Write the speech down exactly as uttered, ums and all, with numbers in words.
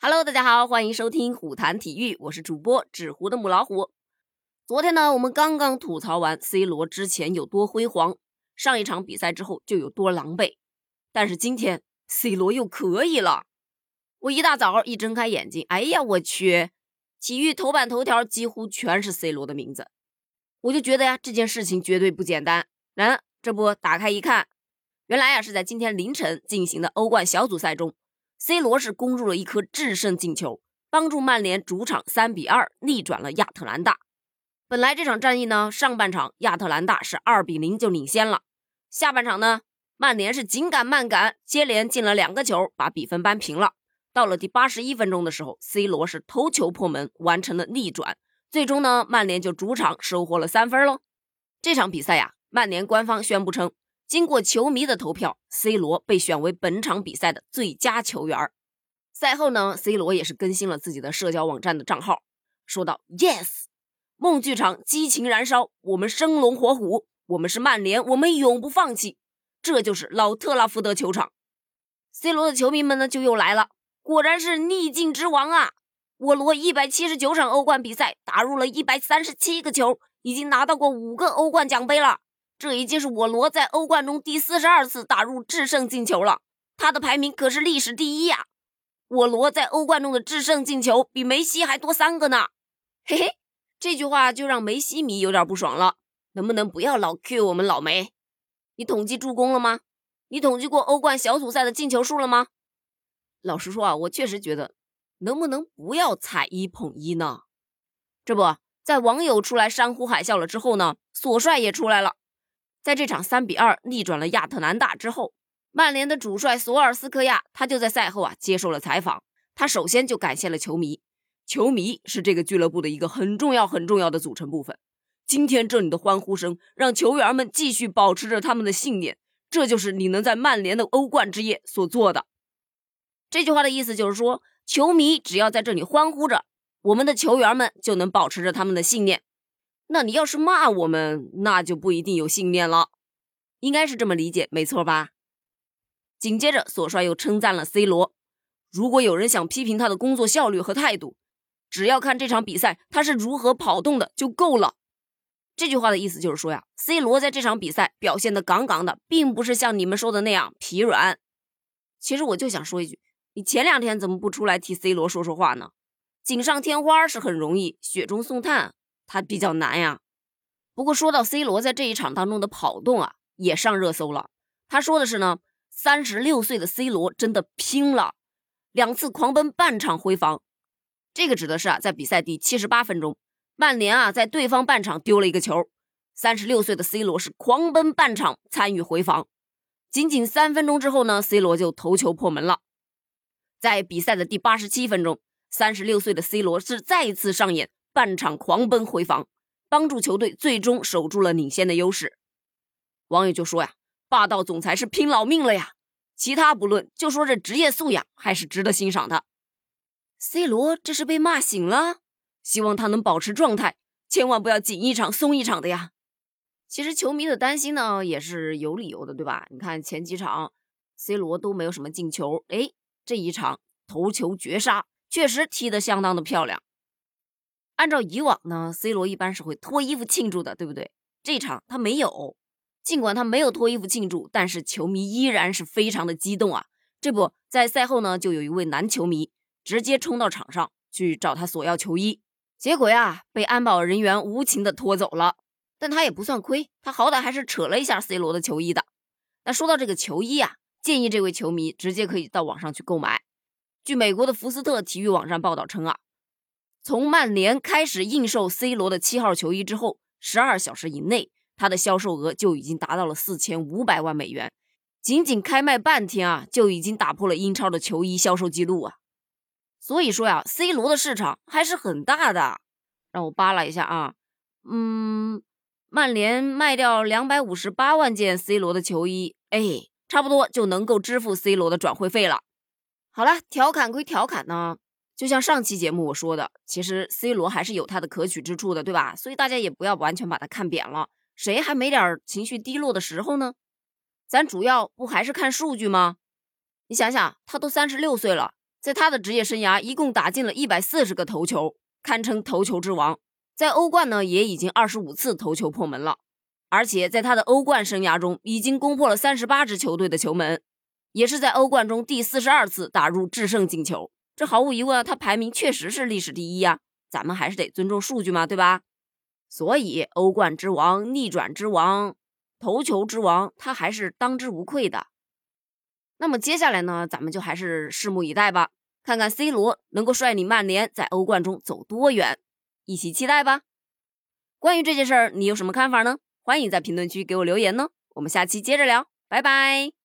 Hello， 大家好，欢迎收听虎谈体育，我是主播纸糊的母老虎。昨天呢，我们刚刚吐槽完 C 罗之前有多辉煌，上一场比赛之后就有多狼狈，但是今天 C 罗又可以了。我一大早一睁开眼睛，哎呀我去，体育头版头条几乎全是 C 罗的名字，我就觉得呀，这件事情绝对不简单。然、啊、这不打开一看，原来呀是在今天凌晨进行的欧冠小组赛中，C 罗是攻入了一颗制胜进球，帮助曼联主场三比二逆转了亚特兰大。本来这场战役呢，上半场亚特兰大是二比零就领先了，下半场呢，曼联是紧赶慢赶，接连进了两个球，把比分扳平了。到了第八十一分钟的时候 ，C 罗是头球破门，完成了逆转。最终呢，曼联就主场收获了三分咯。这场比赛呀，曼联官方宣布称，经过球迷的投票 ，C 罗被选为本场比赛的最佳球员。赛后呢 ，C 罗也是更新了自己的社交网站的账号，说道 ：“Yes， 梦剧场激情燃烧，我们生龙活虎，我们是曼联，我们永不放弃。这就是老特拉福德球场。”C 罗的球迷们呢就又来了，果然是逆境之王啊！我罗一百七十九场欧冠比赛，打入了一百三十七个球，已经拿到过五个欧冠奖杯了。这已经是我罗在欧冠中第四十二次打入制胜进球了，他的排名可是历史第一呀！我罗在欧冠中的制胜进球比梅西还多三个呢。嘿嘿，这句话就让梅西迷有点不爽了，能不能不要老 Q 我们老梅？你统计助攻了吗？你统计过欧冠小组赛的进球数了吗？老实说啊，我确实觉得能不能不要踩一捧一呢？这不，在网友出来山呼海啸了之后呢，索帅也出来了。在这场三比二逆转了亚特兰大之后，曼联的主帅索尔斯克亚他就在赛后啊接受了采访，他首先就感谢了球迷，球迷是这个俱乐部的一个很重要很重要的组成部分。今天这里的欢呼声让球员们继续保持着他们的信念，这就是你能在曼联的欧冠之夜所做的。这句话的意思就是说，球迷只要在这里欢呼着，我们的球员们就能保持着他们的信念。那你要是骂我们，那就不一定有信念了，应该是这么理解，没错吧？紧接着索帅又称赞了 C 罗，如果有人想批评他的工作效率和态度，只要看这场比赛他是如何跑动的就够了。这句话的意思就是说呀 ，C 罗在这场比赛表现得杠杠的，并不是像你们说的那样疲软。其实我就想说一句，你前两天怎么不出来替 C 罗说说话呢？锦上添花是很容易，雪中送炭它比较难呀。不过说到 C 罗在这一场当中的跑动啊，也上热搜了。他说的是呢，三十六岁的 C 罗真的拼了，两次狂奔半场回防。这个指的是啊，在比赛第七十八分钟，曼联啊在对方半场丢了一个球，三十六岁的 C 罗是狂奔半场参与回防。仅仅三分钟之后呢 ，C 罗就头球破门了。在比赛的第八十七分钟，三十六岁的 C 罗是再一次上演半场狂奔回防，帮助球队最终守住了领先的优势。网友就说呀，霸道总裁是拼老命了呀，其他不论，就说这职业素养还是值得欣赏的。C 罗这是被骂醒了，希望他能保持状态，千万不要紧一场松一场的呀。其实球迷的担心呢也是有理由的，对吧？你看前几场 C 罗都没有什么进球，诶，这一场头球绝杀，确实踢得相当的漂亮。按照以往呢 C 罗一般是会脱衣服庆祝的，对不对？这场他没有，尽管他没有脱衣服庆祝，但是球迷依然是非常的激动啊。这不，在赛后呢就有一位男球迷直接冲到场上去找他索要球衣，结果呀被安保人员无情的拖走了。但他也不算亏，他好歹还是扯了一下 C 罗的球衣的。那说到这个球衣啊，建议这位球迷直接可以到网上去购买。据美国的福斯特体育网站报道称啊，从曼联开始印售 C 罗的七号球衣之后，十二小时以内，他的销售额就已经达到了四千五百万美元。仅仅开卖半天啊，就已经打破了英超的球衣销售记录啊。所以说呀 ，C 罗的市场还是很大的。让我扒拉一下啊，嗯，曼联卖掉两百五十八万件 C 罗的球衣，哎，差不多就能够支付 C 罗的转会费了。好了，调侃归调侃呢，就像上期节目我说的，其实 C 罗还是有他的可取之处的，对吧？所以大家也不要完全把他看扁了，谁还没点情绪低落的时候呢？咱主要不还是看数据吗？你想想，他都三十六岁了， 在他的职业生涯一共打进了一百四十个头球，堪称头球之王。在欧冠呢，也已经二十五次头球破门了，而且在他的欧冠生涯中已经攻破了三十八支球队的球门，也是在欧冠中第四十二次打入制胜进球。这毫无疑问，他排名确实是历史第一啊，咱们还是得尊重数据嘛，对吧？所以欧冠之王、逆转之王、头球之王，他还是当之无愧的。那么接下来呢，咱们就还是拭目以待吧，看看 C 罗能够率领曼联在欧冠中走多远，一起期待吧。关于这件事儿，你有什么看法呢？欢迎在评论区给我留言呢，我们下期接着聊，拜拜。